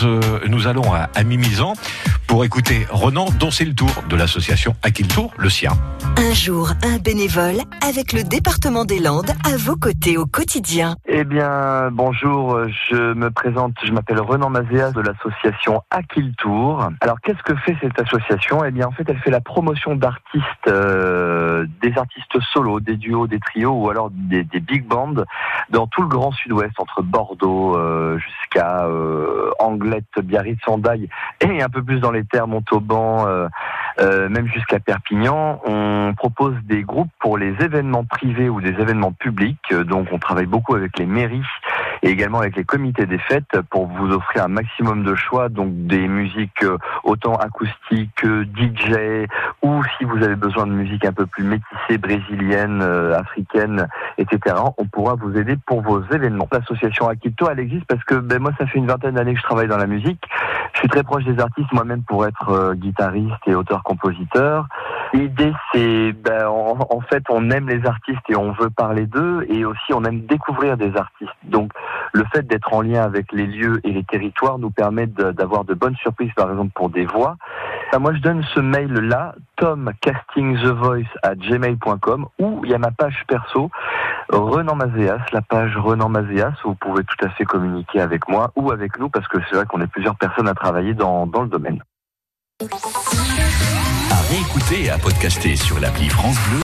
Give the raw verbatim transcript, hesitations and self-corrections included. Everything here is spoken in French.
euh, nous allons à, à Mimizan pour écouter Renan danser le tour de l'association À qui le tour, le sien. Un jour, un bénévole avec le département des Landes à vos côtés au quotidien. Eh bien, bonjour, je me présente, je m'appelle Renan Mazéas de l'association À qui le tour. Alors, qu'est-ce que fait cette association ? Eh bien, en fait, elle fait la promotion d'artistes, euh, des artistes solos, des duos, des trios ou alors des, des big bands dans tout le grand sud-ouest, entre Bordeaux euh, jusqu'à euh, Anglette, Biarritz, Sandaille et un peu plus dans les terres, Montauban, euh, euh, même jusqu'à Perpignan. On propose des groupes pour les événements privés ou des événements publics. Donc, on travaille beaucoup avec les mairies et également avec les comités des fêtes pour vous offrir un maximum de choix, donc des musiques autant acoustiques que D J, ou si vous avez besoin de musique un peu plus métissée, brésilienne, euh, africaine, et cetera, on pourra vous aider pour vos événements. L'association À qui le tour, elle existe parce que ben, moi, ça fait une vingtaine d'années que je travaille dans la musique. Je suis très proche des artistes moi-même pour être euh, guitariste et auteur-compositeur. L'idée, c'est, ben, en, en fait, on aime les artistes et on veut parler d'eux, et aussi on aime découvrir des artistes. Donc, le fait d'être en lien avec les lieux et les territoires nous permet de, d'avoir de bonnes surprises, par exemple pour des voix. Ben, moi, je donne ce mail-là, tom casting the voice à gmail point com, ou il y a ma page perso, Renan Mazéas, la page Renan Mazéas, où vous pouvez tout à fait communiquer avec moi ou avec nous, parce que c'est vrai qu'on est plusieurs personnes à travailler dans, dans le domaine. À réécouter et à podcaster sur l'appli France Bleu.